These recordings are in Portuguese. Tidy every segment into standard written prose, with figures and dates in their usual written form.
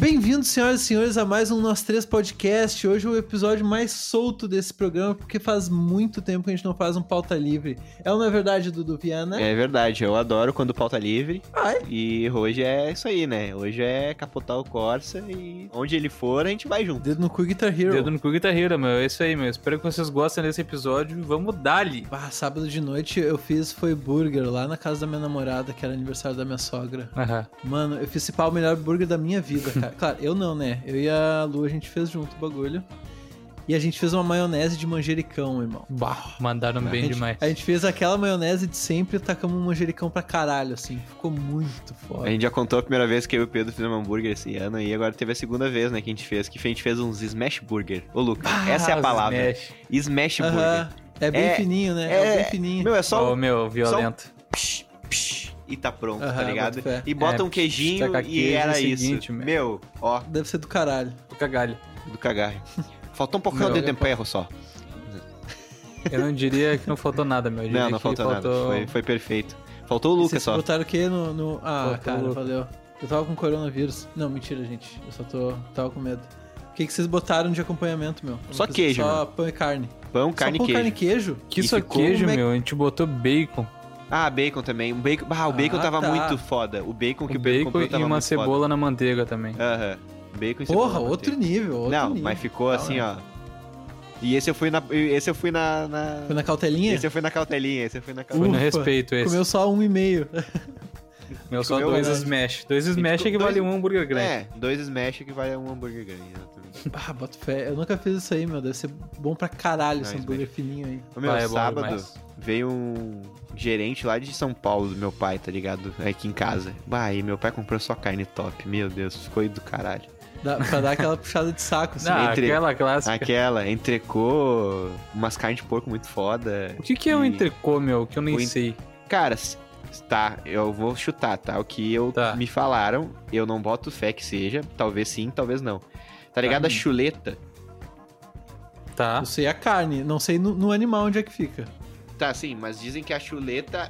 Bem-vindos, senhoras e senhores, a mais um Nós Três Podcast. Hoje é o episódio mais solto desse programa, porque faz muito tempo que a gente não faz um pauta livre. É ou não é verdade, Dudu Viana? É verdade, eu adoro quando pauta livre. Ai. E hoje é isso aí, né? Hoje é capotar o Corsa e onde ele for, a gente vai junto. Dedo no cu Guitar Hero. Dedo no cu Guitar Hero, meu. É isso aí, meu. Espero que vocês gostem desse episódio. Vamos dar-lhe. Sábado de noite eu fiz foi burger lá na casa da minha namorada, que era aniversário da minha sogra. Aham. Mano, eu fiz o melhor burger da minha vida, cara. Claro, eu não, né? Eu e a Lu, a gente fez junto o bagulho. E a gente fez uma maionese de manjericão, irmão. Bah, mandaram bem demais. A gente fez aquela maionese de sempre e tacamos um manjericão pra caralho, assim. Ficou muito foda. A gente já contou a primeira vez que eu e o Pedro fizemos um hambúrguer esse ano e agora teve a segunda vez, né, que a gente fez uns smash burger. Ô, Lucas, essa é a palavra. Smash burger. É bem fininho, né? É bem fininho. Meu, é só meu, violento. E tá pronto, tá ligado? boto E bota um queijinho e era isso. Seguinte, meu, ó. Deve ser do caralho. Do cagalho. Do cagarro. Faltou um pouquinho de tempero só. Eu não diria que não faltou nada, meu. Eu diria Não que faltou nada. Foi perfeito. Faltou o Lucas Vocês só. botaram o quê no... Ah, Faltou cara, o Lucas. valeu. Eu tava com coronavírus. Não, mentira, gente. Eu só tava com medo. O que vocês botaram de acompanhamento, meu? Só queijo, Só meu. pão e carne. Pão, carne só e pão, carne e queijo. queijo? Que E só ficou queijo, um meu. A gente botou bacon. Ah, bacon também. O bacon tava tá. muito foda. O bacon que O o Pedro bacon comprou e tava uma muito cebola foda. na manteiga também. Aham. Bacon e cebola. Porra, na outro manteiga. nível, Não, nível. mas ficou assim, ó. E esse eu fui na... Foi na cautelinha? Esse eu fui na cautelinha. Foi no respeito esse. Comeu só 1,5. Meu só comeu 2 verdade. smash. 2 smash equivale a um hambúrguer grande. É, 2 smash que vale um hambúrguer grande. Exatamente. Ah, boto fé. Eu nunca fiz isso aí, meu. Deve ser bom pra caralho esse Não, hambúrguer fininho aí. O meu Vai, é bom sábado demais. veio um gerente lá de São Paulo do meu pai, tá ligado? Aqui em casa. Bah, e meu pai comprou só carne top. Meu Deus, ficou do caralho. Pra dar aquela puxada de saco, assim. Não, entre- aquela clássica. Aquela, entrecô, umas carnes de porco muito foda. O que é um entrecô, meu? Que eu nem sei. Cara, tá, eu vou chutar, tá? O que me falaram, eu não boto fé que seja. Talvez sim, talvez não. Tá ligado a chuleta? Tá. Eu sei a carne, não sei no animal onde é que fica. Tá, sim, mas dizem que a chuleta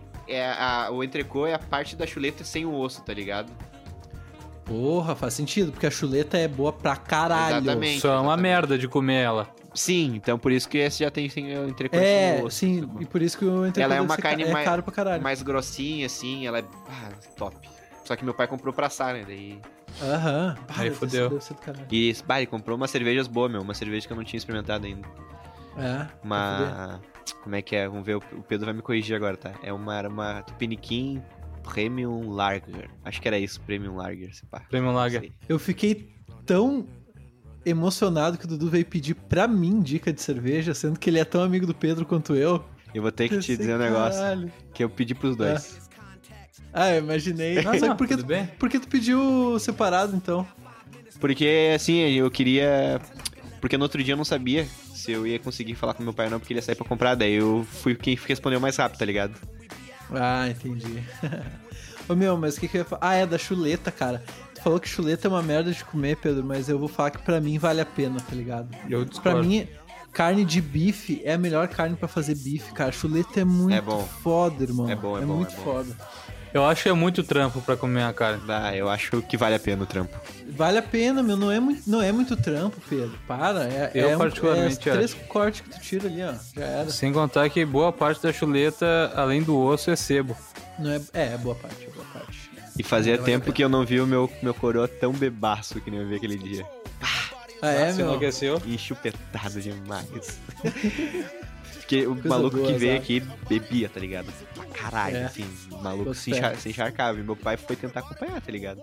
o entrecô é a parte da chuleta sem o osso, tá ligado? Porra, faz sentido, porque a chuleta é boa pra caralho. Exatamente. Só é uma merda de comer ela. Sim, então por isso que esse já tem o entrecô sem É, o osso. sim, e por isso que o entrecô Ela é deve uma ser carne é caro pra caralho. mais grossinha, assim, ela é top. Só que meu pai comprou pra assar, né? Daí... Aham. Aí fudeu. Deve ser do caralho. E, ele comprou umas cervejas boas, meu. Uma cerveja que eu não tinha experimentado ainda. É, Uma... Como é que é? Vamos ver, o Pedro vai me corrigir agora, tá? Era uma Tupiniquim Premium Lager. Acho que era isso, Premium Lager. Se pá. Premium Não Lager. sei. Eu fiquei tão emocionado que o Dudu veio pedir pra mim dica de cerveja, sendo que ele é tão amigo do Pedro quanto eu. Eu vou ter que te dizer um negócio que eu pedi pros dois. Ah, eu imaginei. Ah, Só que por que, tudo bem? por que tu pediu separado, então? Porque, assim, eu queria... Porque no outro dia eu não sabia se eu ia conseguir falar com meu pai ou não, porque ele ia sair pra comprar. Daí eu fui quem respondeu mais rápido, tá ligado? Ah, entendi. Ô, meu, mas o que eu ia falar? Ah, é da chuleta, cara. Tu falou que chuleta é uma merda de comer, Pedro, mas eu vou falar que pra mim vale a pena, tá ligado? Eu Pra discordo. mim, carne de bife é a melhor carne pra fazer bife, cara. Chuleta é muito bom. foda, irmão. É bom, muito é bom. foda. Eu acho que é muito trampo pra comer a carne. Eu acho que vale a pena o trampo. Vale a pena, meu. Não é muito trampo, Pedro. Para. Eu particularmente é 3 cortes que tu tira ali, ó. Já era. Sem contar que boa parte da chuleta, além do osso, é sebo. Não é boa parte, é boa parte. E fazia Vale a tempo pena. que eu não vi o meu coroa tão bebaço que nem eu vi aquele dia. Ah, é, Você meu? enlouqueceu? Enchupetado demais. Porque o Coisa maluco boa, que veio azar. aqui bebia, tá ligado? Pra caralho, É. assim. O maluco Boto se fé. encharcava. E meu pai foi tentar acompanhar, tá ligado?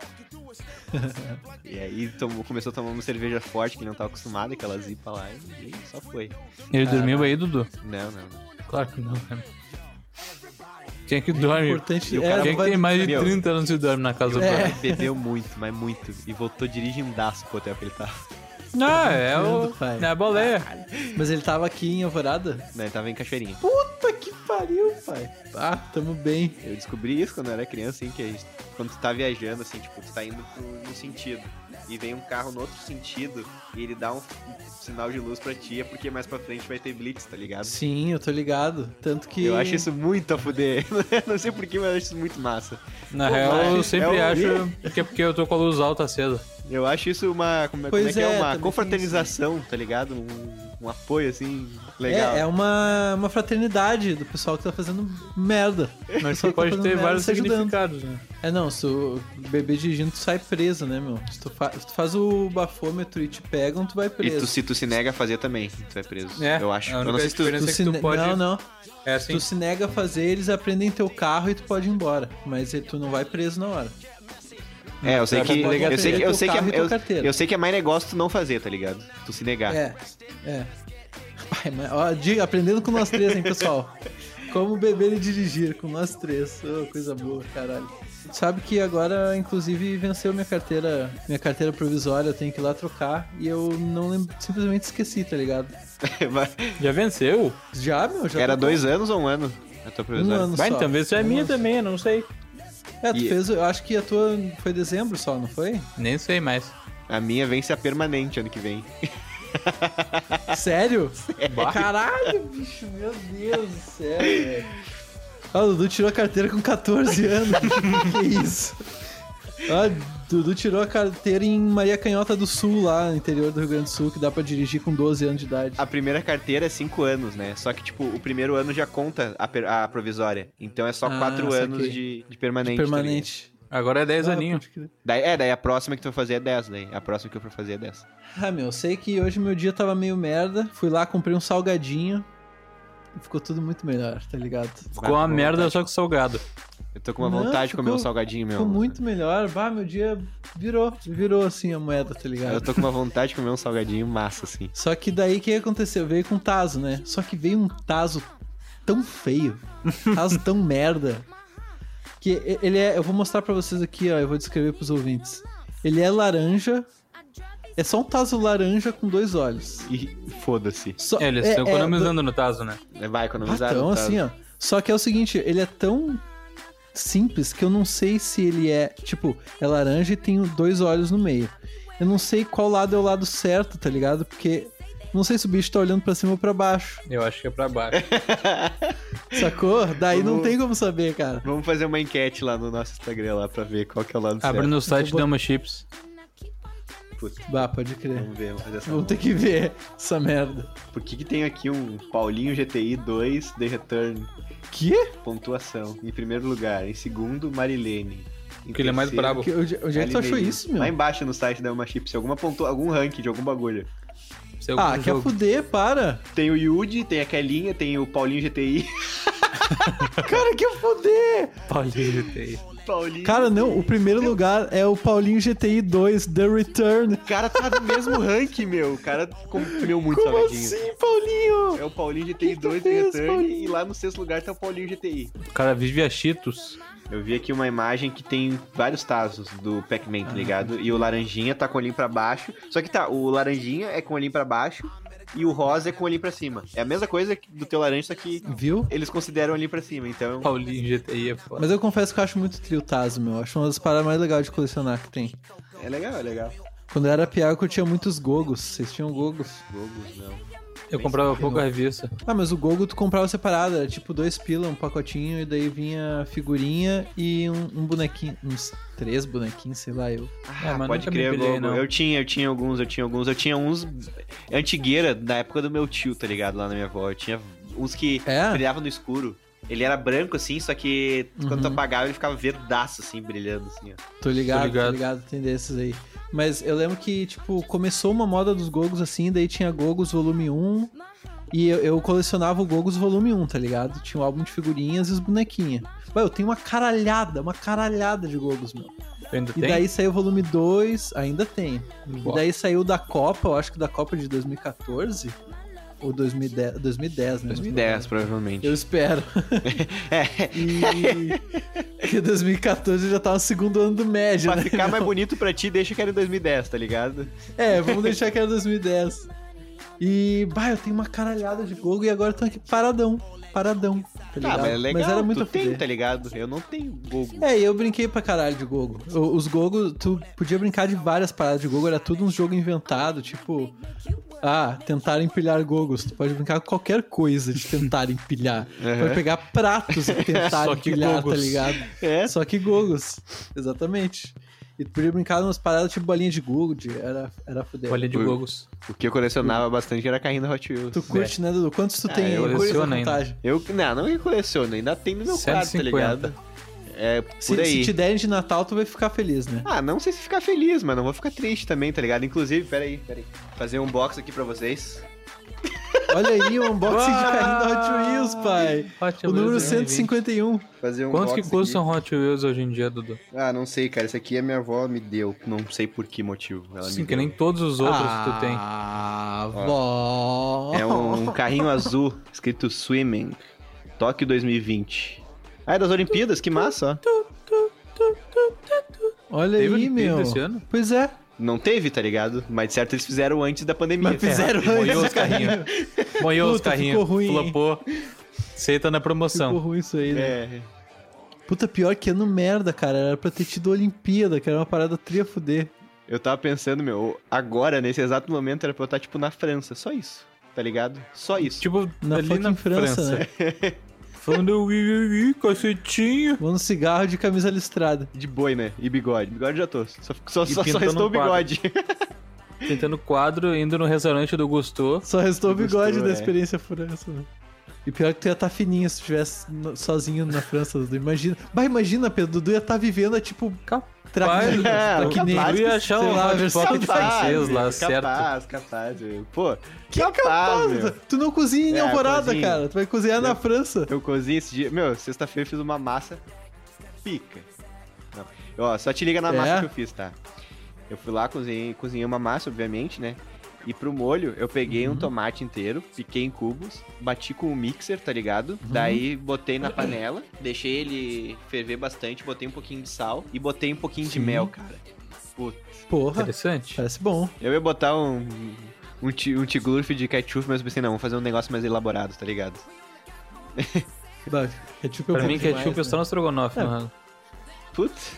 E aí começou a tomar uma cerveja forte que ele não tava acostumado, aquela zipa lá, e só foi. Ele dormiu aí, Dudu? Não. Claro que não, cara. Quem é que dorme? Importante E o cara Quem é que tem mais de Meu. 30 anos e dorme na casa do É. pai? Bebeu muito, mas muito. E voltou dirigindaço pro hotel que ele tava. Não, é o... pai. É a boleia. Mas ele tava aqui em Alvorada? Não, ele tava em Cachoeirinha. Puta que pariu, pai. Ah, tamo bem. Eu descobri isso quando eu era criança, assim, que quando tu tá viajando, assim, tipo, tu tá indo no sentido. e vem um carro no outro sentido e ele dá um sinal de luz pra ti, é porque mais pra frente vai ter blitz, tá ligado? Sim, eu tô ligado. Tanto que... Eu acho isso muito a fuder. Não sei porquê, mas eu acho isso muito massa. Na real, eu sempre é acho que é porque eu tô com a luz alta acesa. Eu acho isso uma... Como é Pois que é? é, Uma também confraternização, tá ligado? Um apoio, assim, legal. É uma fraternidade do pessoal que tá fazendo merda. Mas Só isso que tá pode fazendo ter merda vários se ajudando. significados, né? Não, se o bebê dirigindo, tu sai preso, né, meu? Se tu faz o bafômetro e te pegam, tu vai preso. Se tu se nega a fazer também, tu é preso. É, Eu acho. a Eu não única sei se tu... diferença é que tu pode... Não. É Se assim. tu se nega a fazer, eles aprendem teu carro e tu pode ir embora. Mas tu não vai preso na hora. Eu sei que... Eu sei que é mais negócio tu não fazer, tá ligado? Tu se negar. É. Pai, mas, ó, aprendendo com nós três, hein, pessoal? Como beber e dirigir com nós três. Oh, coisa boa, caralho. Sabe que agora, inclusive, venceu minha carteira provisória, eu tenho que ir lá trocar e eu não lembro, simplesmente esqueci, tá ligado? Já venceu? Já, meu, já Era trocou. 2 anos ou 1 ano? A tua previsão. ano. Vai, Só. então vê se é minha também, eu não sei. Tu E- fez, eu acho que a tua foi dezembro só, não foi? Nem sei mais. A minha vence a permanente ano que vem. Sério? Caralho, bicho, meu Deus do céu, velho. Ah, o Dudu tirou a carteira com 14 anos. Que isso? Ah, Dudu tirou a carteira em Maria Canhota do Sul, lá no interior do Rio Grande do Sul, que dá pra dirigir com 12 anos de idade. A primeira carteira é 5 anos, né? Só que, tipo, o primeiro ano já conta a provisória. Então é só 4 saquei. anos de permanente. Permanente. Agora é 10 aninhos. pode crer. Daí a próxima que tu vai fazer é 10, daí. A próxima que eu for fazer é 10. Ah, meu, sei que hoje meu dia tava meio merda. Fui lá, comprei um salgadinho. E ficou tudo muito melhor, tá ligado? Ficou uma merda só com salgado. Eu tô com uma Não, vontade de comer um ficou- salgadinho, meu. Ficou muito melhor. Bah, meu dia virou assim a moeda, tá ligado? Eu tô com uma vontade de comer um salgadinho massa, assim. Só que daí o que aconteceu? Veio com tazo, né? Só que veio um tazo tão feio, tazo tão merda, que ele é... Eu vou mostrar pra vocês aqui, ó, eu vou descrever pros ouvintes. Ele é laranja, é só um tazo laranja com 2 olhos. E foda-se. Só, Eles estão economizando no taso, né? Vai economizar. Então, não tá? assim, ó. Só que é o seguinte, ele é tão simples que eu não sei se ele é, tipo, é laranja e tem 2 olhos no meio. Eu não sei qual lado é o lado certo, tá ligado? Porque não sei se o bicho tá olhando pra cima ou pra baixo. Eu acho que é pra baixo. Sacou? Daí não Vamos- tem como saber, cara. Vamos fazer uma enquete lá no nosso Instagram lá pra ver qual que é o lado Abre certo. no site Vou- Dama Chips. Putz, Bah, pode crer. vamos fazer essa. Vamos ter que ver essa merda. Por que tem aqui um Paulinho GTI 2 The Return? Que? Pontuação. Em primeiro lugar. Em segundo, Marilene. Em Porque ele é mais terceiro, brabo. Onde é que tu achou Aline. isso, meu? Lá embaixo no site da Uma Chips. Algum ranking de algum bagulho. Seu Ah, quer jogo. fuder, para. Tem o Yudi, tem a Kelinha, tem o Paulinho GTI. Cara, quer fuder. Paulinho GTI. Paulinho. Cara, não, o primeiro lugar é o Paulinho GTI 2, The Return. O cara tá no mesmo ranking, meu. O cara comeu muito Como salgadinho. assim, Paulinho? É o Paulinho GTI que 2 The fez, Return Paulinho? e lá no sexto lugar tá o Paulinho GTI. O cara vive a Cheetos. Eu vi aqui uma imagem que tem vários tazos do Pac-Man, tá ligado? E o laranjinha tá com o olhinho pra baixo. Só que tá, o laranjinha é com o olhinho pra baixo e o rosa é com o olhinho pra cima. É a mesma coisa do teu laranja, só que Viu? eles consideram o olhinho pra cima, então... Paulinho GTI é foda. Mas eu confesso que eu acho muito trio Tazo, meu. Acho uma das paradas mais legais de colecionar que tem. É legal, é legal. Quando eu era piá, eu curtia muitos Gogos. Vocês tinham Gogos? Gogos, não. Eu comprava pouco a revista. Ah, mas o Gogo tu comprava separado. Era tipo 2 pila, um pacotinho, e daí vinha figurinha e um bonequinho. Uns 3 bonequinhos, sei lá, eu. É, mas pode nunca me crer, pilhei, Gogo. não. Eu tinha alguns. Eu tinha uns antigueira da época do meu tio, tá ligado? Lá na minha avó. Eu tinha uns que É? brilhavam no escuro. Ele era branco, assim, só que quando tu Uhum. apagava ele ficava verdaço, assim, brilhando, assim, ó. Tô ligado, tem desses aí. Mas eu lembro que, tipo, começou uma moda dos Gogos assim, daí tinha Gogos volume 1. E eu colecionava o Gogos volume 1, tá ligado? Tinha o álbum de figurinhas e os bonequinhos. Ué, eu tenho uma caralhada de Gogos, meu. Tu ainda E tem? daí saiu o volume 2, ainda tem. Boa. E daí saiu da Copa, eu acho que da Copa de 2014. Ou 2010, 2010, né? 2010, provavelmente. Eu espero. E. Porque 2014 já tá no segundo ano do médio, Pra né? ficar mais bonito pra ti, deixa que era em 2010, tá ligado? É, vamos deixar que era 2010. E, bah, eu tenho uma caralhada de Gogo e agora eu tô aqui paradão. tá ligado? mas é legal, era muito tu a fuder. tem, tá ligado? Eu não tenho Gogo. É, e eu brinquei pra caralho de Gogo. Os Gogo, tu podia brincar de várias paradas de Gogo, era tudo um jogo inventado, tipo... tentar empilhar Gogos. Tu pode brincar com qualquer coisa de tentar empilhar. Pode pegar pratos e tentar Só que empilhar, Gogos. tá ligado? É. Só que Gogos. Exatamente. E tu podia brincar umas paradas tipo bolinha de gude. Era fuder. Olha de Gogos. O que eu colecionava bastante era carrinho da Hot Wheels. Tu curte, né, Dudu? Quantos tu tem? eu Curte coleciono a ainda. contagem. Não que coleciono, ainda tem no meu quarto, tá 150. ligado? É por Se aí. te derem de Natal, tu vai ficar feliz, né? Não sei se ficar feliz, mas não vou ficar triste também, tá ligado? Inclusive, peraí. Fazer um box aqui pra vocês. Olha aí, o unboxing de carrinho da Hot Wheels, pai. Hot O número Wheels 151. Fazer um Quanto que box custa um Hot Wheels hoje em dia, Dudu? aqui. Não sei, cara. Esse aqui a minha avó me deu. Não sei por que motivo. Ela Sim, me que deu. nem todos os outros que tu tem. Vó. É um carrinho azul, escrito Swimming. Tóquio 2020. É das Olimpíadas, que massa, ó. Olha Teve aí, Olimpíada meu. esse ano? Pois é. Não teve, tá ligado? Mas de certo eles fizeram antes da pandemia. Mas fizeram Moiou antes. os carrinhos. Moiou os Puta, carrinhos. ficou ruim, hein? Flopou. Aceita na Ficou promoção. ruim isso aí, né? É. Puta, pior que ano merda, cara. Era pra ter tido Olimpíada, que era uma parada tria fuder. Eu tava pensando, agora, nesse exato momento, era pra eu estar, tipo, na França. Só isso, tá ligado? Só isso. Tipo, Na ali fucking na França, né? Falando, cacetinho. Voando cigarro de camisa listrada. De boi, né? E bigode. Bigode já tô. Só pintando restou o um quadro. bigode. Tentando quadro, indo no restaurante do Gusto. Só restou o bigode Gostou, da é. experiência França, né? E pior que tu ia estar fininho se tu estivesse sozinho na França, Dudu. Imagina. Imagina, Pedro, Dudu ia estar vivendo, tipo, traquinho. É, que nem, capaz Eu ia achar sei um lá, a hot versão pocket francês lá, certo? Capaz, meu. Pô, Que capaz, meu. Tu não cozinha em É, Alvorada, cozinho. cara. Tu vai cozinhar na França. Eu cozinhei esse dia. Meu, sexta-feira eu fiz uma massa pica. Não. Ó, só te liga na É? massa que eu fiz, tá? Eu fui lá, cozinhei uma massa, obviamente, né? E pro molho, eu peguei um tomate inteiro, piquei em cubos, bati com o mixer, tá ligado? Daí botei na panela, deixei ele ferver bastante, botei um pouquinho de sal e botei um pouquinho de Sim. mel, cara. Putz. Porra, Interessante. parece bom. Eu ia botar um tigurf de ketchup, mas eu pensei, não, vamos fazer um negócio mais elaborado, tá ligado? Bah, ketchup é um Pra mim, pouco ketchup é demais, só no estrogonofe, É. mano. Putz,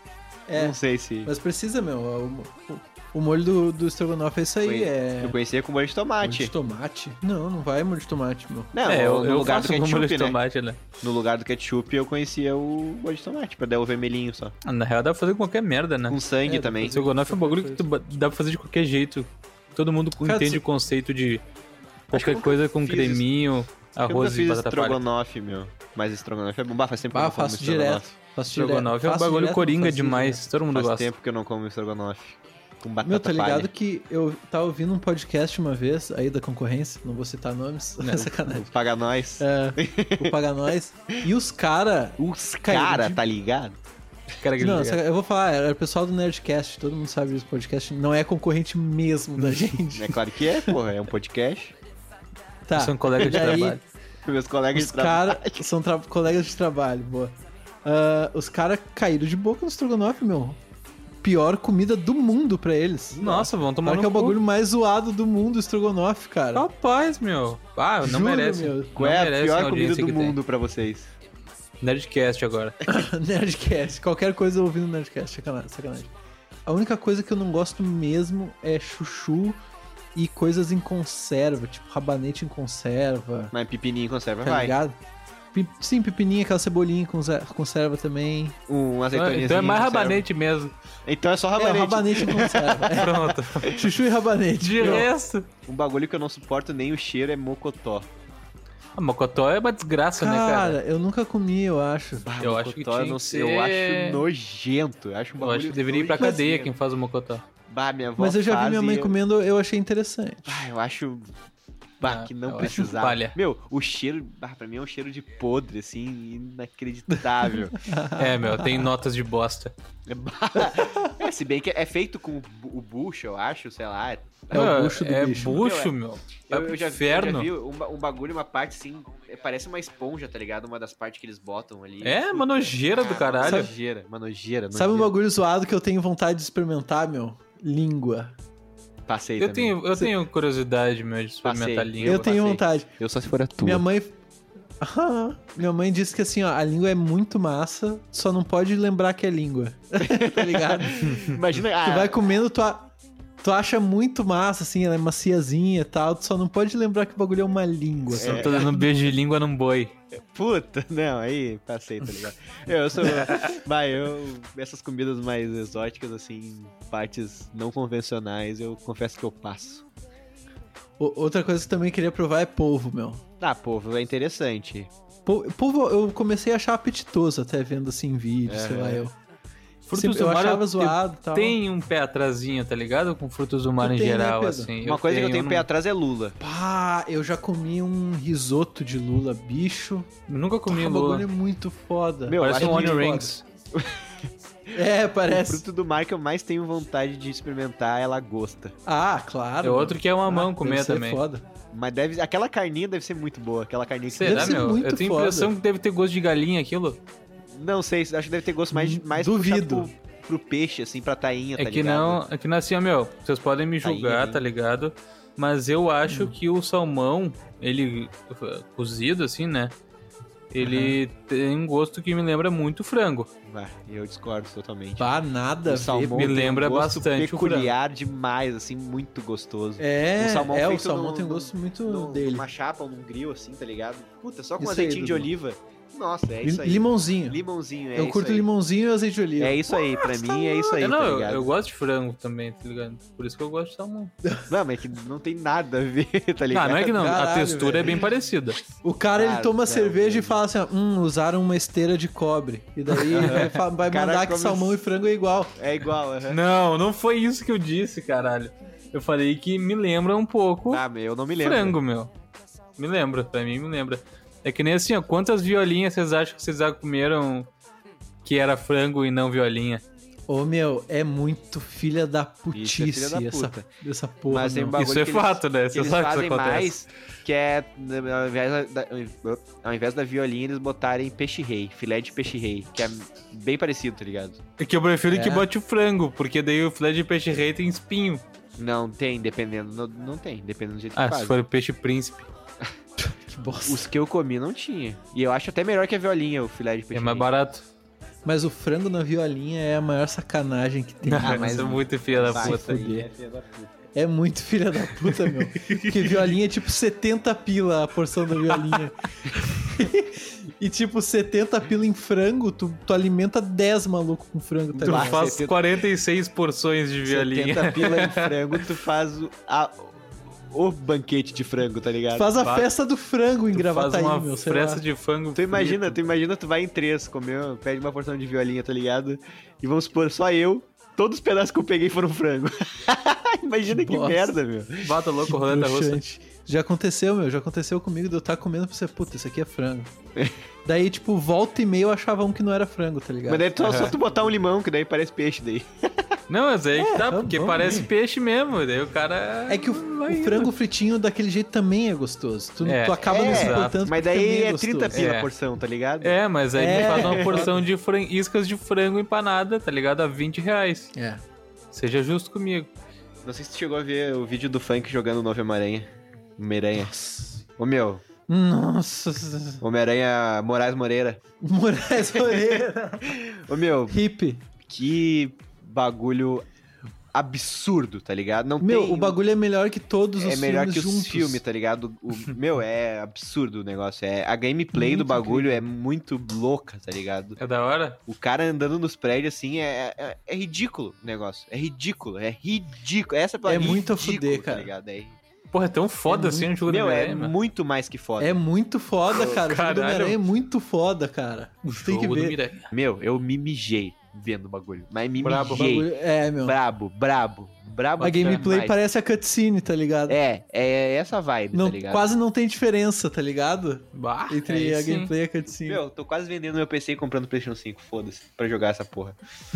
É, não sei se... mas precisa, meu. O molho do estrogonofe é isso aí, Eu conhecia com molho de Molho tomate. de tomate? Não vai molho de tomate, meu. Não, Eu no lugar do faço com molho ketchup, de né? tomate, né? No lugar do ketchup, eu conhecia o molho de tomate, pra dar o vermelhinho só. Na real, dá pra fazer com qualquer merda, né? Com sangue É, também. Estrogonofe é um bagulho que dá pra fazer de qualquer jeito. Todo mundo Cara, entende tu- o conceito de Acho que eu qualquer nunca coisa com fiz creminho, Eu nunca arroz e fiz batata palha. estrogonofe, meu. Mas estrogonofe é bom. Bah, faz tempo que eu Ah, não como faço estrogonofe. direto. Faço direto. Estrogonofe é um Faço bagulho direto, coringa fazia demais. direto. Todo mundo Faz gosta. tempo que eu não como estrogonofe. Com batata Meu, tá ligado palha. que eu tava ouvindo um podcast uma vez aí da concorrência, não vou citar nomes, Não. sacanagem. Paga nós. É, o Paga Nós. E os cara. Os Caíram cara, de- tá ligado? Cara, que Não, liga. eu vou falar, era o pessoal do Nerdcast, todo mundo sabe desse podcast, não é concorrente mesmo da gente. É claro que é, porra. É um podcast. Tá. São colegas de E aí, trabalho. Meus colegas Os de trabalho. caras são colegas de trabalho, boa. Os caras caíram de boca no estrogonofe, meu. Pior comida do mundo pra eles. Nossa, vão tomar Claro no que é o cu. bagulho mais zoado do mundo, o estrogonofe, cara. Rapaz, meu. Ah, não Juro, merece. meu. Qual Não é a merece pior comida audiência do que tem. mundo pra vocês? Nerdcast agora. Nerdcast. Qualquer coisa eu ouvi no Nerdcast. Sacanagem. A única coisa que eu não gosto mesmo é chuchu e coisas em conserva, tipo rabanete em conserva, Mas pepininho conserva, tá vai. ligado? Sim, pepininha, aquela cebolinha com conserva também. Um azeitoninha. Então é mais rabanete mesmo. Então é só É, rabanete. rabanete em conserva. É. Pronto. Chuchu e rabanete. De Meu, resto. Um bagulho que eu não suporto nem o cheiro é mocotó. A mocotó é uma desgraça, né, cara? Cara, eu nunca comi, eu acho. Bah, Eu acho que mocotó, tinha eu não que sei, ser- eu acho nojento. Eu acho um Eu bagulho acho que deveria ir pra nojento. cadeia quem faz o mocotó. Bah, minha avó Mas eu já vi faz minha e mãe eu- comendo, eu achei interessante. Ah, eu acho... Bah, Ah, que eu não acho precisava. palha. Meu, o cheiro... Bah, pra mim é um cheiro de podre, assim, inacreditável. É, meu, tem notas de bosta. Se bem que é feito com o bucho, eu acho, sei lá. É o bucho do é bicho. bucho, Meu, meu. Vai pro Eu já inferno. vi um bagulho, uma parte assim, parece uma esponja, tá ligado? Uma das partes que eles botam ali. É, uma nojeira do caralho. Uma nojeira. Sabe um bagulho zoado que eu tenho vontade de experimentar, meu? Língua. Passei Eu também. tenho curiosidade, meu, de experimentar Passei. língua. Eu tenho passei. vontade. Eu só se for a tua. Minha mãe. Ah, minha mãe disse que assim, ó, a língua é muito massa, só não pode lembrar que é língua. Tá ligado? Imagina... Tu vai comendo, tu acha muito massa, assim, ela é maciazinha e tal, tu só não pode lembrar que o bagulho é uma língua. Só tô dando um beijo de língua num boi. Puta, não, aí passei, tá ligado? Eu sou... Essas comidas mais exóticas, assim, partes não convencionais, eu confesso que eu passo. Outra coisa que eu também queria provar é polvo, meu. Ah, povo, é interessante. Polvo eu comecei a achar apetitoso até vendo assim vídeo, sei lá, eu. Frutos Eu do mar achava zoado e tal. Tem um pé atrasinho, tá ligado? Com frutos do mar Tu em tem, né, geral, Pedro? assim. Uma coisa que eu tenho no- pé atrás é lula. Pá, eu já comi um risoto de lula, bicho. Nunca comi O lula. bagulho é muito foda. Meu, Parece acho um muito onion foda. rings. É, O parece. fruto do mar que eu mais tenho vontade de experimentar é lagosta. Ah, claro. É outro que é uma mão deve comer ser também. Foda. Mas aquela carninha deve ser muito boa. Aquela carninha que Será, ser meu? muito Eu tenho a foda. impressão que deve ter gosto de galinha aquilo. Não sei, acho que deve ter gosto mais Duvido. puxado pro peixe, assim, pra tainha, tá É que ligado? não, é que não assim, ó, meu, vocês podem me julgar, Aí. tá ligado? Mas eu acho que o salmão, ele cozido assim, né? Ele tem um gosto que me lembra muito frango. Vai, eu discordo totalmente. Pá, nada a O ver. salmão me tem lembra um gosto bastante o peculiar demais, assim, muito gostoso. É, O salmão o feito salmão no- tem um gosto muito No- dele. Numa chapa ou num grill, assim, tá ligado? Puta, só com Isso azeitinho aí, de Dudu. oliva. Nossa, é isso aí. Limãozinho. Limãozinho, é eu isso curto aí. limãozinho e azeite de oliva. É isso aí, pra mim é isso aí, Não, tá eu ligado? gosto de frango também, tá ligado? Por isso que eu gosto de salmão. Não, mas é que não tem nada a ver, tá ligado? Não, não é que não, a Caralho, textura é velho. bem parecida. O cara, ele Ah, toma não, cerveja e velho. fala assim, ó, usaram uma esteira de cobre. E daí vai Cara, mandar que come- salmão e frango é igual. É igual, aham. Não foi isso que eu disse, caralho. Eu falei que me lembra um pouco Ah, meu, eu não me lembro. frango, meu. Me lembra, pra mim me lembra. É que nem assim, ó, quantas violinhas vocês acham que vocês já comeram que era frango e não violinha? Ô, meu, é muito filha da putice Isso é filha da puta. essa porra, Mas tem um meu. bagulho Isso é que eles- fato, né? que Você eles sabe que isso fazem acontece. mais, que é, ao invés da violinha, eles botarem peixe rei, filé de peixe rei, que é bem parecido, tá ligado? É que eu prefiro que É. bote o frango, porque daí o filé de peixe rei tem espinho. Não tem, dependendo, não tem, dependendo do jeito que Ah, faz. se for o peixe príncipe, Que bosta. Os que eu comi não tinha. E eu acho até melhor que a violinha, o filé de peixe é mais rei. barato. Mas o frango na violinha é a maior sacanagem que tem. Ah, mas é muito filha da Vai, puta. isso aí fuder. é filha da puta. É muito filha da puta, meu. Porque violinha é tipo 70 pila a porção da violinha. E tipo, 70 pila em frango, tu alimenta 10 malucos com frango, tá Tu ligado? faz 70 46 porções de violinha. 70 pila em frango, tu faz o banquete de frango, tá ligado? Faz a Faz- festa do frango em Tu faz Gravataí, uma meu, sei fresta lá. de frango. Tu imagina, frito. tu vai em 3, comer, pede uma porção de violinha, tá ligado? E vamos supor, só eu, todos os pedaços que eu peguei foram frango. Imagina que bosta. merda, meu. Bata louco, roleta russa. Broxante. Já aconteceu, meu. Já aconteceu comigo de eu estar comendo pra você, puta, isso aqui é frango. Daí, tipo, volta e meia eu achava um que não era frango, tá ligado? Mas daí só tu botar um limão, que daí parece peixe daí. Não, mas aí que tá, vamos- porque vamos parece ver. peixe mesmo. Daí o cara. É que o frango fritinho daquele jeito também é gostoso. Tu, É. tu acaba não se exato. importando Mas porque daí também é gostoso. 30 pila É. a porção, tá ligado? É, mas aí É. tu faz uma porção de iscas de frango empanada, tá ligado? A R$20. É. Seja justo comigo. Não sei se tu chegou a ver o vídeo do Funk jogando o novo Homem-Aranha. Homem-Aranha. Ô, meu, Nossa. Homem-Aranha Moraes Moreira. Moraes Moreira. Ô, meu, Hippie. que bagulho absurdo, tá ligado? Não Meu, tem... o bagulho é melhor que todos os É melhor filmes que os juntos. filmes, tá ligado? Meu, é absurdo o negócio. A gameplay Muito do bagulho incrível. é muito louca, tá ligado? É da hora? O cara andando nos prédios, assim, é ridículo o negócio. É ridículo. Essa É muito a ridículo, fuder, tá cara. ligado? Porra, é tão foda É assim um jogo Meu, do é Homem-Aranha, mano. muito mais que foda. É muito foda, cara. O jogo do Caralho. Homem-Aranha é muito foda, cara. Tu tem que Jogo do ver. Miranha. Meu, eu me mijei vendo o bagulho. Mas me Brabo. O mijei. bagulho- É, meu. Brabo. A gameplay demais. parece a cutscene, tá ligado? É essa vibe, Não, tá ligado? quase não tem diferença, tá ligado? Bah, Entre aí a sim. gameplay e a cutscene. Meu, tô quase vendendo meu PC e comprando o PlayStation 5, foda-se, pra jogar essa porra.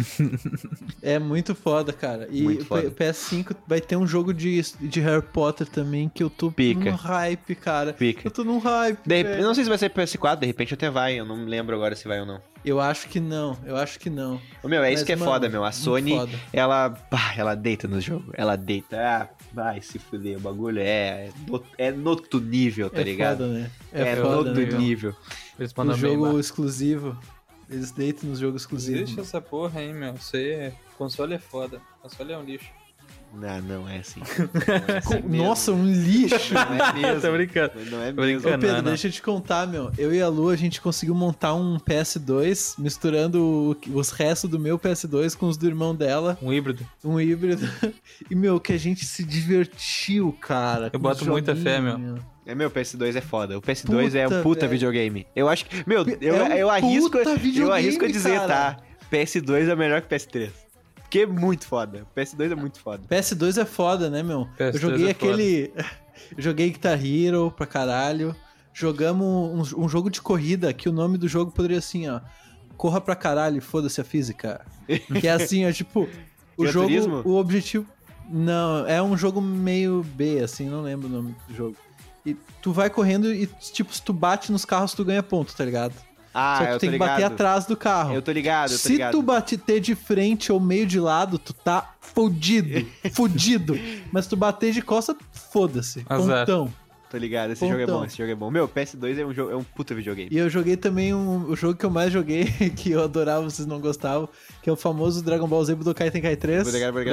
É muito foda, cara. E Muito foda. o PS5 vai ter um jogo de Harry Potter também, que eu tô Pica. num hype, cara. Pica. Eu tô num hype. velho. Não sei se vai ser PS4, de repente até vai, eu não me lembro agora se vai ou não. Eu acho que não. Ô, meu, é isso Mas, que é mano, foda, meu. A muito Sony, foda. ela deita no jogo. Ela deita. Ah, vai se fuder. O bagulho é no outro nível, tá É ligado? foda, né? É no foda, outro né, meu? nível. Eles O mandam bem, jogo mano. exclusivo. Eles deitam nos jogos exclusivos. Deixa essa porra aí, meu. Isso aí é... Console é foda. Console é um lixo. Não é assim. Não é assim mesmo. Nossa, um lixo! Não é mesmo. Tô brincando. Não é Tô mesmo. Ô Pedro, não. deixa eu te contar, meu. Eu e a Lu, a gente conseguiu montar um PS2 misturando os restos do meu PS2 com os do irmão dela, Um híbrido. um híbrido. E, meu, que a gente se divertiu, cara. Eu com os boto muita fé, joguinhos, Meu, o PS2 é foda. O PS2 é um Puta, puta velho. videogame. Eu acho que. Meu, É eu um arrisco. puta Eu videogame, arrisco a dizer, cara. tá? PS2 é melhor que PS3. Porque é muito foda. O PS2 é muito foda. PS2 é foda, né, meu? PS2 Eu joguei é aquele... Eu joguei Guitar Hero pra caralho. Jogamos um jogo de corrida que o nome do jogo poderia assim, ó. Corra pra caralho, foda-se a física. Que é assim, ó, tipo... O Gran jogo, Turismo? o objetivo... Não, é um jogo meio B, assim, não lembro o nome do jogo. E tu vai correndo e, tipo, se tu bate nos carros, tu ganha ponto, tá ligado? Ah, Só que eu tu tem tô que bater ligado. atrás do carro. Eu tô ligado. Se tu bater de frente ou meio de lado, tu tá fudido. Fudido. Mas tu bater de costa, foda-se. Azar. Pontão. Tô ligado. Esse jogo é Pontão. bom. Esse jogo é bom. Meu, PS2 é um puta videogame. E eu joguei também o jogo que eu mais joguei, que eu adorava, vocês não gostavam, que é o famoso Dragon Ball Z Budokai Tenkaichi 3.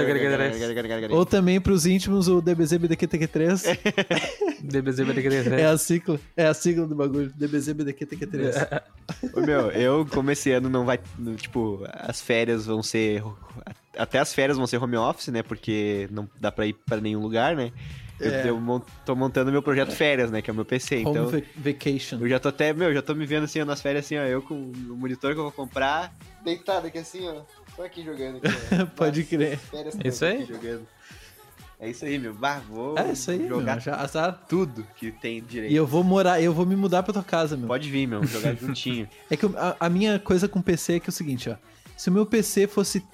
Ou também pros íntimos, o DBZ BDQ TQ 3. DBZ vai ter que É a sigla do bagulho. DBZ BDQ TQ 3. Ô, meu, eu, como esse ano não vai. Tipo, as férias vão ser. Até as férias vão ser home office, né? Porque não dá pra ir pra nenhum lugar, né? Tô montando meu projeto férias, né? Que é o meu PC. Então, Home Vacation. eu já tô até. Meu, já tô me vendo assim, ó, nas férias, assim, ó. Eu com o monitor que eu vou comprar. Deitado aqui assim, ó. Só aqui jogando aqui, ó. Pode crer. Férias Isso aí? aqui jogando. É isso aí, meu. Vou É isso aí, jogar meu. Já, azar. tudo que tem direito. E eu vou me mudar pra tua casa, meu. Pode vir, meu. Jogar juntinho. É que a minha coisa com o PC é que é o seguinte, ó. Se o meu PC fosse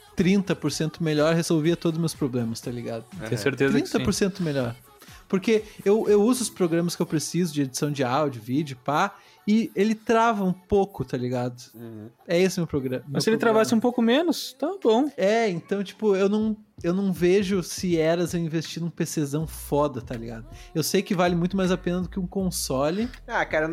30% melhor, resolvia todos os meus problemas, tá ligado? Tenho certeza que sim. 30% melhor. Porque eu uso os programas que eu preciso de edição de áudio, vídeo, pá, e ele trava um pouco, tá ligado? É esse o meu programa. Mas se ele travasse um pouco menos, tá bom. É, então, tipo, eu não vejo se eras eu investir num PCzão foda, tá ligado? Eu sei que vale muito mais a pena do que um console. Ah, cara,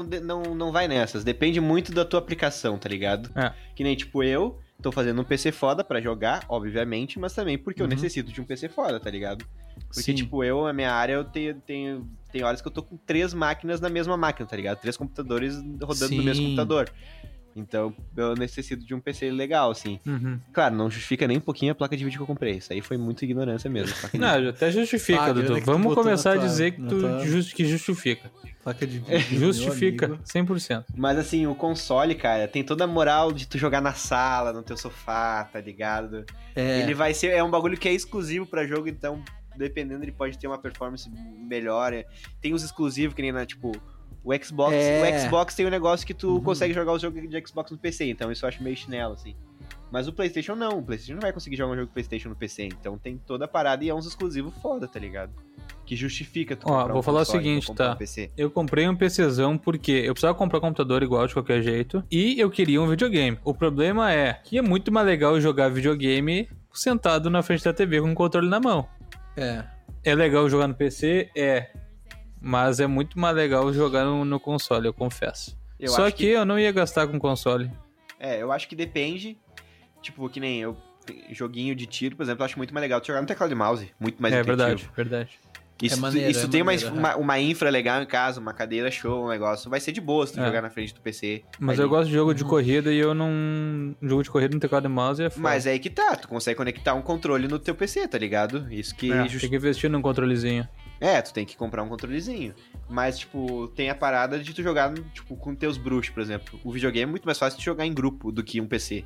não vai nessas. Depende muito da tua aplicação, tá ligado? É. Que nem, tipo, eu tô fazendo um PC foda pra jogar, obviamente, mas também porque eu necessito de um PC foda, tá ligado? Porque, Sim. tipo, na minha área, eu tenho horas que eu tô com 3 máquinas na mesma máquina, tá ligado? 3 computadores rodando no mesmo Sim. computador. Então, eu necessito de um PC legal, assim. Uhum. Claro, não justifica nem um pouquinho a placa de vídeo que eu comprei. Isso aí foi muita ignorância mesmo. placa de Não, vídeo. até justifica, Ah, Dudu. grana que tu Vamos botou começar a na tua- dizer que na tu tua- que justifica. Placa de vídeo. Justifica, meu amigo. 100%. Mas assim, o console, cara, tem toda a moral de tu jogar na sala, no teu sofá, tá ligado? É, Ele vai ser. É um bagulho que é exclusivo pra jogo, então, dependendo, ele pode ter uma performance melhor. Tem os exclusivos, que nem na, tipo. O Xbox, É. o Xbox tem um negócio que tu consegue jogar os jogos de Xbox no PC, então isso eu acho meio chinelo, assim. Mas o PlayStation não, o PlayStation não vai conseguir jogar um jogo de PlayStation no PC, então tem toda a parada e é uns exclusivos foda, tá ligado? Que justifica tu Ó, comprar vou um falar o console, seguinte, tu comprar tá? um PC. Eu comprei um PCzão porque eu precisava comprar um computador igual de qualquer jeito e eu queria um videogame. O problema é que é muito mais legal jogar videogame sentado na frente da TV com o controle na mão. é. É legal jogar no PC? É. Mas é muito mais legal jogar no console, eu confesso. Eu Só acho que eu não ia gastar com console. eu acho que depende. Tipo, que nem eu. Joguinho de tiro, por exemplo, eu acho muito mais legal tu jogar no teclado e mouse. Muito mais É intuitivo. verdade, verdade. E se tu- maneiro, e se é tu tem maneiro, uma infra legal em casa, uma cadeira show, um negócio, vai ser de boa se tu É. jogar na frente do PC. Mas ali. eu gosto de jogo de corrida e eu não... Jogo de corrida no teclado e mouse é foda. Mas é aí que tá, tu consegue conectar um controle no teu PC, tá ligado? Isso que... Tem que investir num controlezinho. tu tem que comprar um controlezinho. Mas, tipo, tem a parada de tu jogar, tipo, com teus bruxos, por exemplo. O videogame é muito mais fácil de jogar em grupo do que um PC.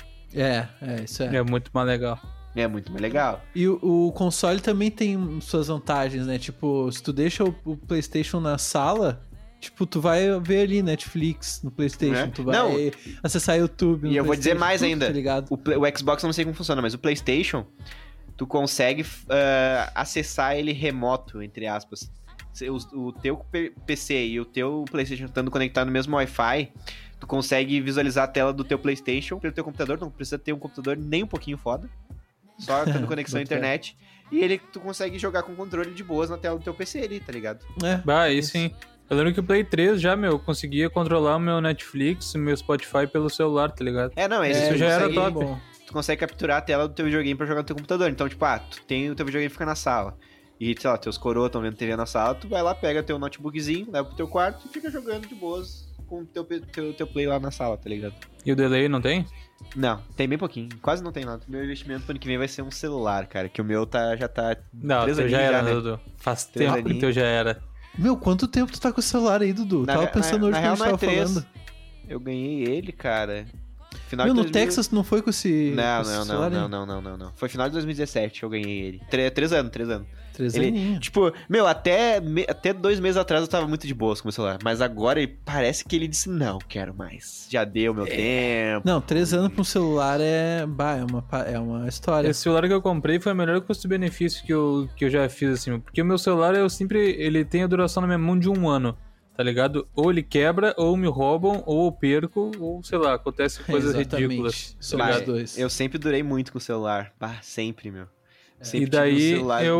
Isso é. É muito mais legal. É muito mais legal. E o console também tem suas vantagens, né? Tipo, se tu deixa o PlayStation na sala, tipo, tu vai ver ali Netflix no PlayStation, É. tu vai Não. acessar YouTube no E eu vou dizer PlayStation, mais tudo, ainda. Tá ligado? O Xbox eu não sei como funciona, mas o PlayStation, tu consegue acessar ele remoto, entre aspas. O teu PC e o teu PlayStation estando conectado no mesmo Wi-Fi, Tu consegue visualizar a tela do teu PlayStation pelo teu computador, não precisa ter um computador nem um pouquinho foda. Só tendo conexão à internet. E tu consegue jogar com controle de boas na tela do teu PC ali, tá ligado? Aí sim. Eu lembro que o Play 3 já, eu conseguia controlar o meu Netflix, o meu Spotify pelo celular, tá ligado? Isso já era top. Tu consegue capturar a tela do teu videogame pra jogar no teu computador. Então, tipo, tu tem o teu videogame fica na sala. E, sei lá, teus coroas estão vendo TV na sala, tu vai lá, pega teu notebookzinho, leva pro teu quarto e fica jogando de boas com o teu play lá na sala, tá ligado? E o delay não tem? Não, tem bem pouquinho. Quase não tem nada. Meu investimento pro ano que vem vai ser um celular, cara. Que o meu já tá... Não, o teu já era, né, Dudu? Faz tempo que o teu já era. Meu, quanto tempo tu tá com o celular aí, Dudu? Tava pensando hoje que a gente tava falando. Eu ganhei ele, cara. Final de 2000... no Texas tu não foi com esse celular? Não. Foi final de 2017 que eu ganhei ele. 3 anos. 3 aninhos. Tipo, até 2 meses atrás eu tava muito de boas com o meu celular. Mas agora parece que ele disse, não, quero mais. Já deu meu tempo. Não, 3 anos pra um celular é uma história. Esse celular que eu comprei foi o melhor custo-benefício que eu já fiz, assim. Porque o meu celular, ele tem a duração na minha mão de 1 ano. Tá ligado? Ou ele quebra, ou me roubam, ou eu perco, ou sei lá, acontece coisas ridículas. Somos dois. Eu sempre durei muito com o celular. Sempre, meu. E daí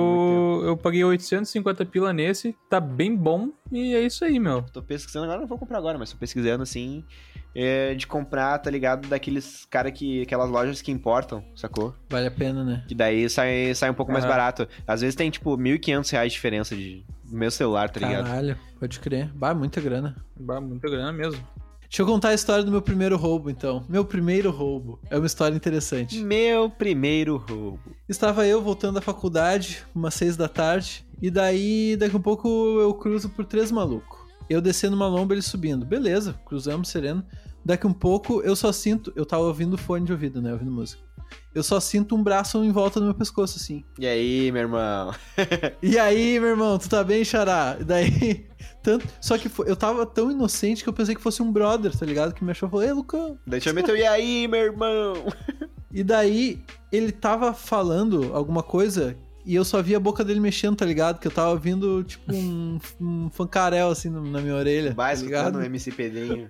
eu paguei 850 pila nesse, tá bem bom, e é isso aí, meu. Tô pesquisando agora, não vou comprar agora, mas tô pesquisando assim, de comprar, tá ligado? Daqueles aquelas lojas que importam, sacou? Vale a pena, né? Que daí sai um pouco mais barato. Às vezes tem tipo R$1.500 de diferença do meu celular, tá ligado? Caralho, pode crer. Muita grana. Muita grana mesmo. Deixa eu contar a história do meu primeiro roubo, então. Meu primeiro roubo. É uma história interessante. Meu primeiro roubo. Estava eu voltando da faculdade, umas 6 da tarde, e daí, daqui a pouco, eu cruzo por 3 malucos. Eu descendo uma lomba, eles subindo. Beleza, cruzamos, sereno. Daqui um pouco, eu só sinto... Eu tava ouvindo fone de ouvido, né? Ouvindo música. Eu só sinto um braço em volta do meu pescoço, assim. E aí, meu irmão? E aí, meu irmão? Tu tá bem, xará? E daí... Só que eu tava tão inocente que eu pensei que fosse um brother, tá ligado? Que me achou e falou, ei, Lucão. Daí eu meteu, e aí, meu irmão? E daí, ele tava falando alguma coisa e eu só via a boca dele mexendo, tá ligado? Que eu tava ouvindo, tipo, um fancarel, assim, na minha orelha. Básico, tá ligado? No MC Pedrinho.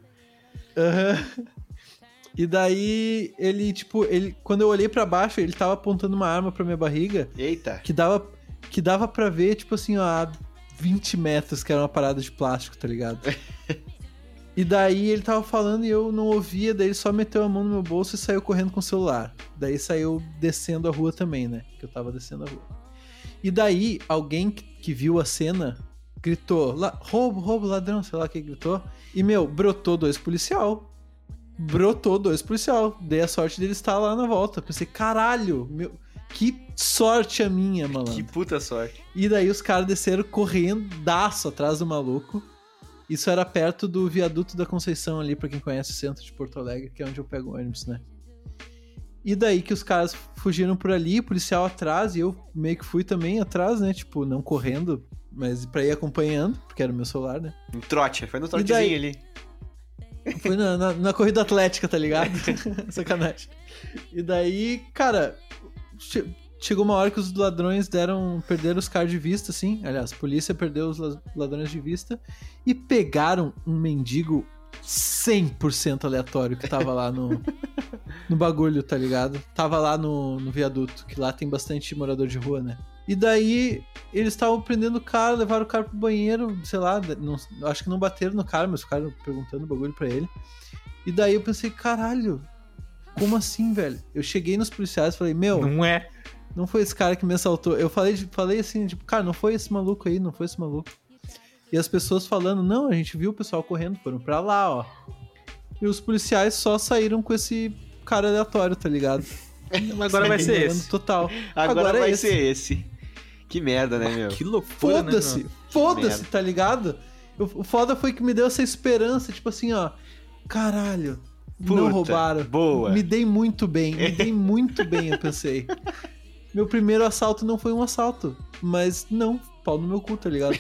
E daí, quando eu olhei pra baixo, ele tava apontando uma arma pra minha barriga. Eita. Que dava pra ver, tipo assim, ó, 20 metros, que era uma parada de plástico, tá ligado? E daí ele tava falando e eu não ouvia, daí ele só meteu a mão no meu bolso e saiu correndo com o celular. Daí saiu descendo a rua também, né? Que eu tava descendo a rua. E daí, alguém que viu a cena gritou, roubo, ladrão, sei lá quem gritou. E, brotou 2 policial. Dei a sorte dele estar lá na volta. Pensei, caralho, que sorte a minha, malandro. Que puta sorte. E daí os caras desceram correndo, atrás do maluco. Isso era perto do viaduto da Conceição ali, pra quem conhece o centro de Porto Alegre, que é onde eu pego o ônibus, né? E daí que os caras fugiram por ali, o policial atrás, e eu meio que fui também atrás, né? Tipo, não correndo, mas pra ir acompanhando, porque era o meu celular, né? Um trote, foi no trotezinho ali. Foi na corrida atlética, tá ligado? Sacanagem. E daí, cara, chegou uma hora que os ladrões perderam os caras de vista, assim. Aliás, a polícia perdeu os ladrões de vista e pegaram um mendigo 100% aleatório que tava lá no bagulho, tá ligado? Tava lá no viaduto, que lá tem bastante morador de rua, né? E daí, eles estavam prendendo o cara, levaram o cara pro banheiro, sei lá, acho que não bateram no cara, mas ficaram perguntando o bagulho pra ele. E daí eu pensei, caralho, como assim, velho? Eu cheguei nos policiais e falei, não foi esse cara que me assaltou. Eu falei assim, tipo, cara, não foi esse maluco aí, não foi esse maluco. E as pessoas falando, não, a gente viu o pessoal correndo, foram pra lá, ó. E os policiais só saíram com esse cara aleatório, tá ligado? Agora vai ser esse. Total. Agora vai ser esse. Que merda, né, meu? Que loucura, Foda-se, tá ligado? O foda foi que me deu essa esperança, tipo assim, ó. Caralho, não roubaram. Boa. Me dei muito bem, eu pensei. Meu primeiro assalto não foi um assalto, mas não, pau no meu cu, tá ligado?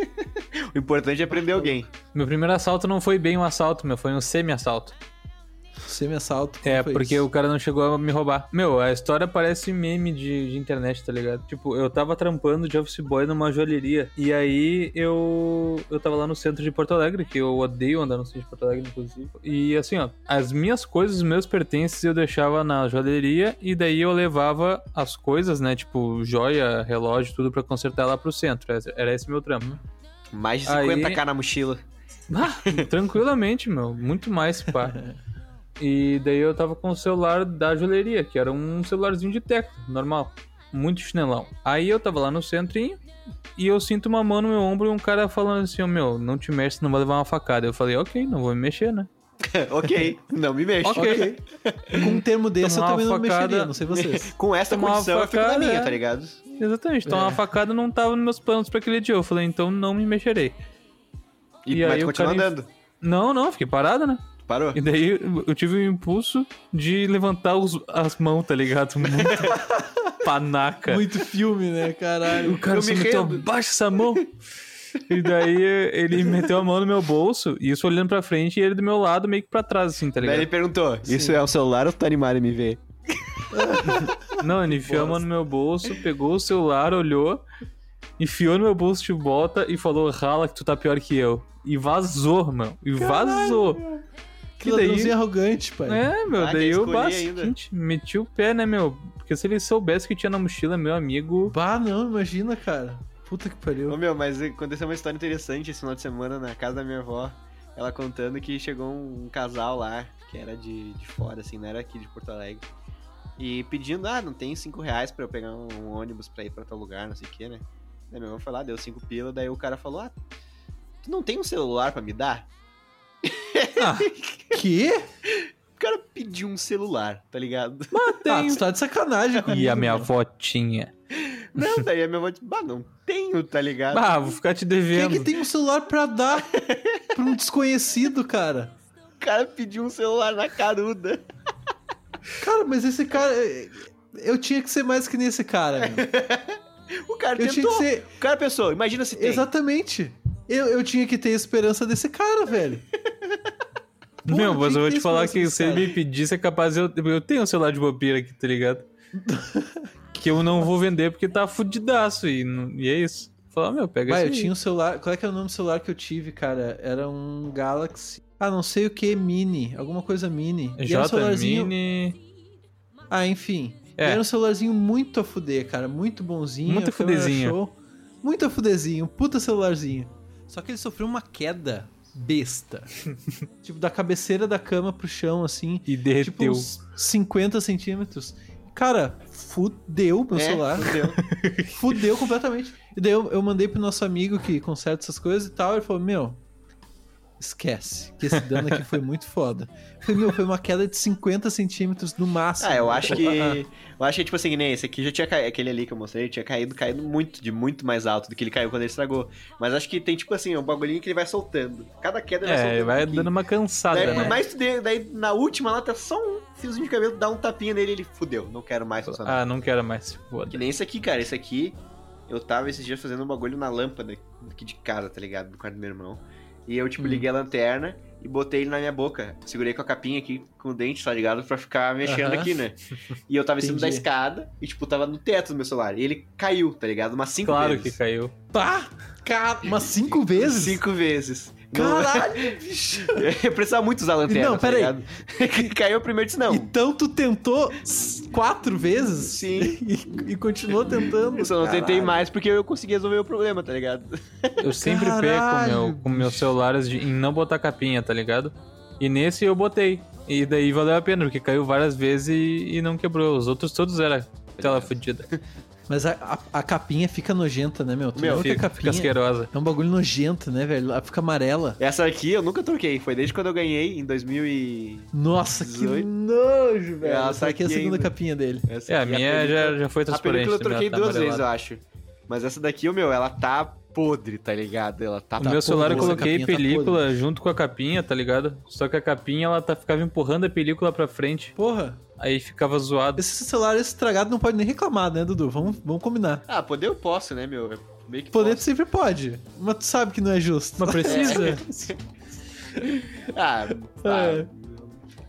O importante é prender alguém. Meu primeiro assalto não foi bem um assalto, foi um semi-assalto. Semi-assalto. É, foi porque isso? o cara não chegou a me roubar. Meu, a história parece meme de internet, tá ligado? Tipo, eu tava trampando de office boy numa joalheria. E aí eu tava lá no centro de Porto Alegre, que eu odeio andar no centro de Porto Alegre, inclusive. E assim, ó, as minhas coisas, os meus pertences eu deixava na joalheria. E daí eu levava as coisas, né? Tipo, joia, relógio, tudo pra consertar lá pro centro. Era esse meu trampo. Mais de Aí- 50k na mochila. Ah, tranquilamente, meu. Muito mais, pá. E daí eu tava com o celular da joalheria, que era um celularzinho de tecla, normal. Muito chinelão. Aí eu tava lá no centrinho e eu sinto uma mão no meu ombro e um cara falando assim, ó, meu, não te mexe, senão vai levar uma facada. Eu falei, ok, não vou me mexer, né? Ok, não me mexe. Ok. Com um termo desse Tomar eu também uma não facada. mexeria, não sei vocês. Com essa Tomar uma condição eu fico na facada, minha, é. tá ligado? Exatamente, então uma facada não tava nos meus planos pra aquele dia. Eu falei, então não me mexerei. E, E mas aí tu o continua cara- andando. Não, fiquei parado, né? Parou? E daí eu tive o impulso de levantar as mãos, tá ligado? Muito panaca. Muito filme, né, caralho? O cara Eu só me meteu, rendo. baixa essa mão. E daí ele meteu a mão no meu bolso, e isso olhando pra frente, e ele do meu lado, meio que pra trás, assim, tá Daí ele ligado? perguntou, isso é o celular ou tu tá animado em me ver? Não, ele enfiou a mão no meu bolso, pegou o celular, olhou, enfiou no meu bolso de volta e falou, rala que tu tá pior que eu. E vazou, mano. E vazou. Que E daí- ladrãozinho arrogante, pai. É, meu, Ah, daí quer eu escolher ainda. bastante meti o pé, né, meu? Porque se ele soubesse que tinha na mochila, meu amigo. Bah, não, imagina, cara. Puta que Ô pariu. meu, mas aconteceu uma história interessante esse final de semana na casa da minha avó. Ela contando que chegou um casal lá, que era de fora, assim, não era aqui de Porto Alegre. E pedindo, não tem R$5 pra eu pegar um ônibus pra ir pra tal lugar, não sei o que, né? Daí minha avó foi lá, deu 5 pila, daí o cara falou, tu não tem um celular pra me dar? Ah, Que? O cara pediu um celular, tá ligado? Ah, tenho. tu tá de sacanagem comigo. E a minha mano. avó tinha. Não, daí a minha avó disse, não tenho, tá ligado? Ah, vou ficar te Quem é devendo. que tem um celular pra dar pra um desconhecido, cara? O cara pediu um celular na caruda. Cara, mas esse cara... Eu tinha que ser mais que nem esse cara, meu. O cara Eu tinha tentou. que ser... O cara pensou, imagina se tem. Exatamente. Eu tinha que ter a esperança desse cara, velho. Pô, Meu, mas tinha eu vou ter te falar esperança que desse se ele cara. me pedisse, é capaz eu tenho um celular de bobeira aqui, tá ligado? Que eu não vou vender porque tá fudidaço e é isso. Falar, meu, pega Vai, esse eu aí. tinha um celular... Qual é que era o nome do celular que eu tive, cara? Era um Galaxy... não sei o que, Mini. Alguma coisa Mini. E era um J celularzinho... Mini. Enfim. É. E era um celularzinho muito a fuder, cara. Muito bonzinho. Muito a câmera era fudezinho. show. Muito a fudezinho. Puta celularzinho. Só que ele sofreu uma queda besta. Tipo, da cabeceira da cama pro chão, assim. E Tipo, derreteu. uns 50 centímetros. Cara, fudeu meu celular. Fudeu. Fudeu completamente. E daí eu mandei pro nosso amigo que conserta essas coisas e tal. Ele falou, meu... Esquece, que esse dano aqui foi muito foda. Foi uma queda de 50 centímetros no máximo. Eu acho que. Eu acho que, tipo assim, que nem esse aqui já tinha caído. Aquele ali que eu mostrei, tinha caído muito mais alto do que ele caiu quando ele estragou. Mas acho que tem, tipo assim, um bagulhinho que ele vai soltando. Cada queda ele vai soltando. Vai um pouquinho. dando uma cansada, Daí, né? por mais que tu dê, daí na última lá tá só um fiozinho de cabelo, dá um tapinha nele e ele fudeu. Não quero mais funcionar. Ah, não quero mais. Foda. Que nem esse aqui, cara. Esse aqui, eu tava esses dias fazendo um bagulho na lâmpada aqui de casa, tá ligado? No quarto do meu irmão. E eu, tipo, liguei a lanterna e botei ele na minha boca. Segurei com a capinha aqui, com o dente, tá ligado? Pra ficar mexendo aqui, né? E eu tava em cima da Entendi. escada e, tipo, tava no teto do meu celular. E ele caiu, tá ligado? Umas 5 Claro vezes. que caiu. Pá! Cara, umas 5 vezes? 5 vezes. Não- Caralho, bicho! Eu precisava muito usar a lanterna, Não, tá peraí. ligado? Caiu primeiro e disse não. Então tu tentou 4 vezes? Sim. E continuou tentando? Eu só não tentei Caralho. mais porque eu consegui resolver o problema, tá ligado? Eu sempre Caralho, peco com meus celulares em não botar capinha, tá ligado? E nesse eu botei. E daí valeu a pena, porque caiu várias vezes e não quebrou. Os outros todos eram tela fodida. Mas a capinha fica nojenta, né, meu? Tu Meu, lembra que a Fica capinha asquerosa. é um bagulho nojento, né, velho? Ela fica amarela. Essa aqui eu nunca troquei. Foi desde quando eu ganhei, em 2000 e... Nossa, que 18. nojo, velho. Ela Essa tá aqui é a aqui segunda ainda. capinha dele. Essa É, a aqui, minha película- já foi A transparente. película eu também, troquei ela tá 2 vezes, eu amarelada. acho. Mas essa daqui, meu, ela tá podre, tá ligado? Ela tá... O meu celular eu podre, essa coloquei capinha tá película junto com a capinha, tá ligado? Só que a capinha, ficava empurrando a película pra frente. Porra, Aí ficava zoado. esse celular estragado não pode nem reclamar, né, Dudu? Vamos combinar. Ah, poder eu posso, né, meu? Meio que Poder tu posso. sempre pode, mas tu sabe que não é justo. Mas precisa. Ah, É.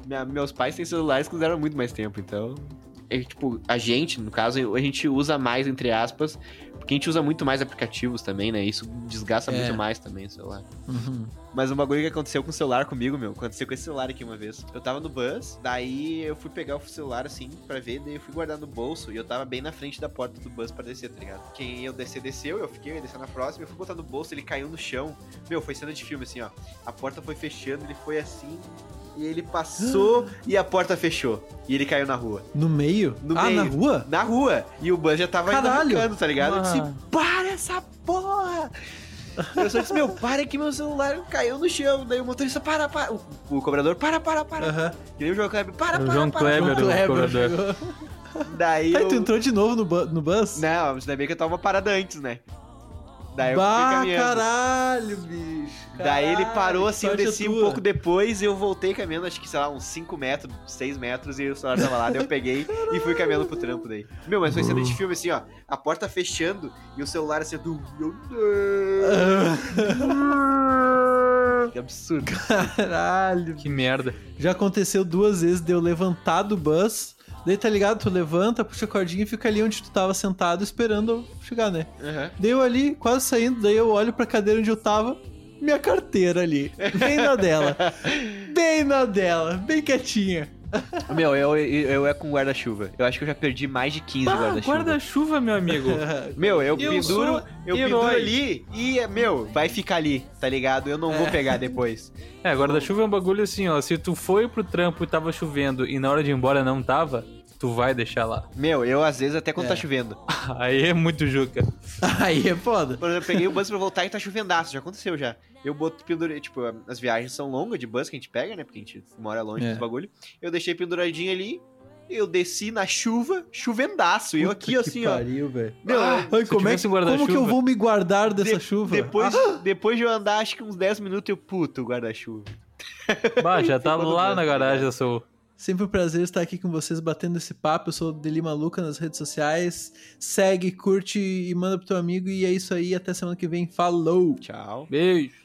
Meus pais têm celulares que usaram muito mais tempo, então... tipo, a gente, no caso, a gente usa mais, entre aspas, porque a gente usa muito mais aplicativos também, né? Isso desgasta muito mais também o celular. Uhum. Mas um bagulho que aconteceu com o celular comigo, aconteceu com esse celular aqui uma vez. Eu tava no bus, daí eu fui pegar o celular, assim, pra ver, daí eu fui guardar no bolso, e eu tava bem na frente da porta do bus pra descer, tá ligado? Quem ia descer, desceu, eu ia descer na próxima, eu fui botar no bolso, ele caiu no chão. Foi cena de filme, assim, ó. A porta foi fechando, ele foi assim... E ele passou e a porta fechou. E ele caiu na rua. No meio? No meio. Na rua? Na rua. E o bus já tava arrancando, tá ligado? Eu disse, para essa porra! Eu só disse, para que meu celular caiu no chão. Daí o motorista, para. O cobrador, para. Uhum. E aí o João Kleber, para. O João Kleber, o cobrador. Daí tu entrou de novo no bus? Não, ainda bem que eu tava uma parada antes, né? Daí eu fui caminhando. Caralho, bicho. Daí ele parou assim, eu desci um pouco depois. depois e eu voltei caminhando, acho que, sei lá, uns 5 metros, 6 metros, e o celular tava lá, daí eu peguei e fui caminhando pro trampo daí. Mas foi cena de filme assim, ó, a porta fechando e o celular assim, que absurdo. Caralho. Que merda. Já aconteceu 2 vezes de eu levantar do bus, daí tá ligado, tu levanta, puxa a cordinha e fica ali onde tu tava sentado esperando eu chegar, né? Uhum. Daí eu ali, quase saindo, daí eu olho pra cadeira onde eu tava, minha carteira ali, bem na dela, bem quietinha. Eu é com guarda-chuva. Eu acho que eu já perdi mais de 15 guarda-chuva. Guarda-chuva, meu amigo. Eu penduro ali e, vai ficar ali, tá ligado? Eu não vou pegar depois. Guarda-chuva é um bagulho assim, ó. Se tu foi pro trampo e tava chovendo e na hora de ir embora não tava, tu vai deixar lá. Eu às vezes até quando tá chovendo. Aí é muito juca. Aí é foda. Por exemplo, eu peguei o bus pra voltar e tá chovendaço, já aconteceu já. Eu pendurei, tipo, as viagens são longas de bus que a gente pega, né? Porque a gente mora longe dos bagulho. Eu deixei penduradinho ali, eu desci na chuva, chovendaço. E eu aqui assim, pariu, velho. Como que eu vou me guardar dessa chuva? Depois de eu andar, acho que uns 10 minutos, eu, puto, guarda-chuva. Já tá lá na garagem da sua. Sempre um prazer estar aqui com vocês batendo esse papo. Eu sou o Deli Maluca nas redes sociais. Segue, curte e manda pro teu amigo. E é isso aí. Até semana que vem. Falou! Tchau. Beijo.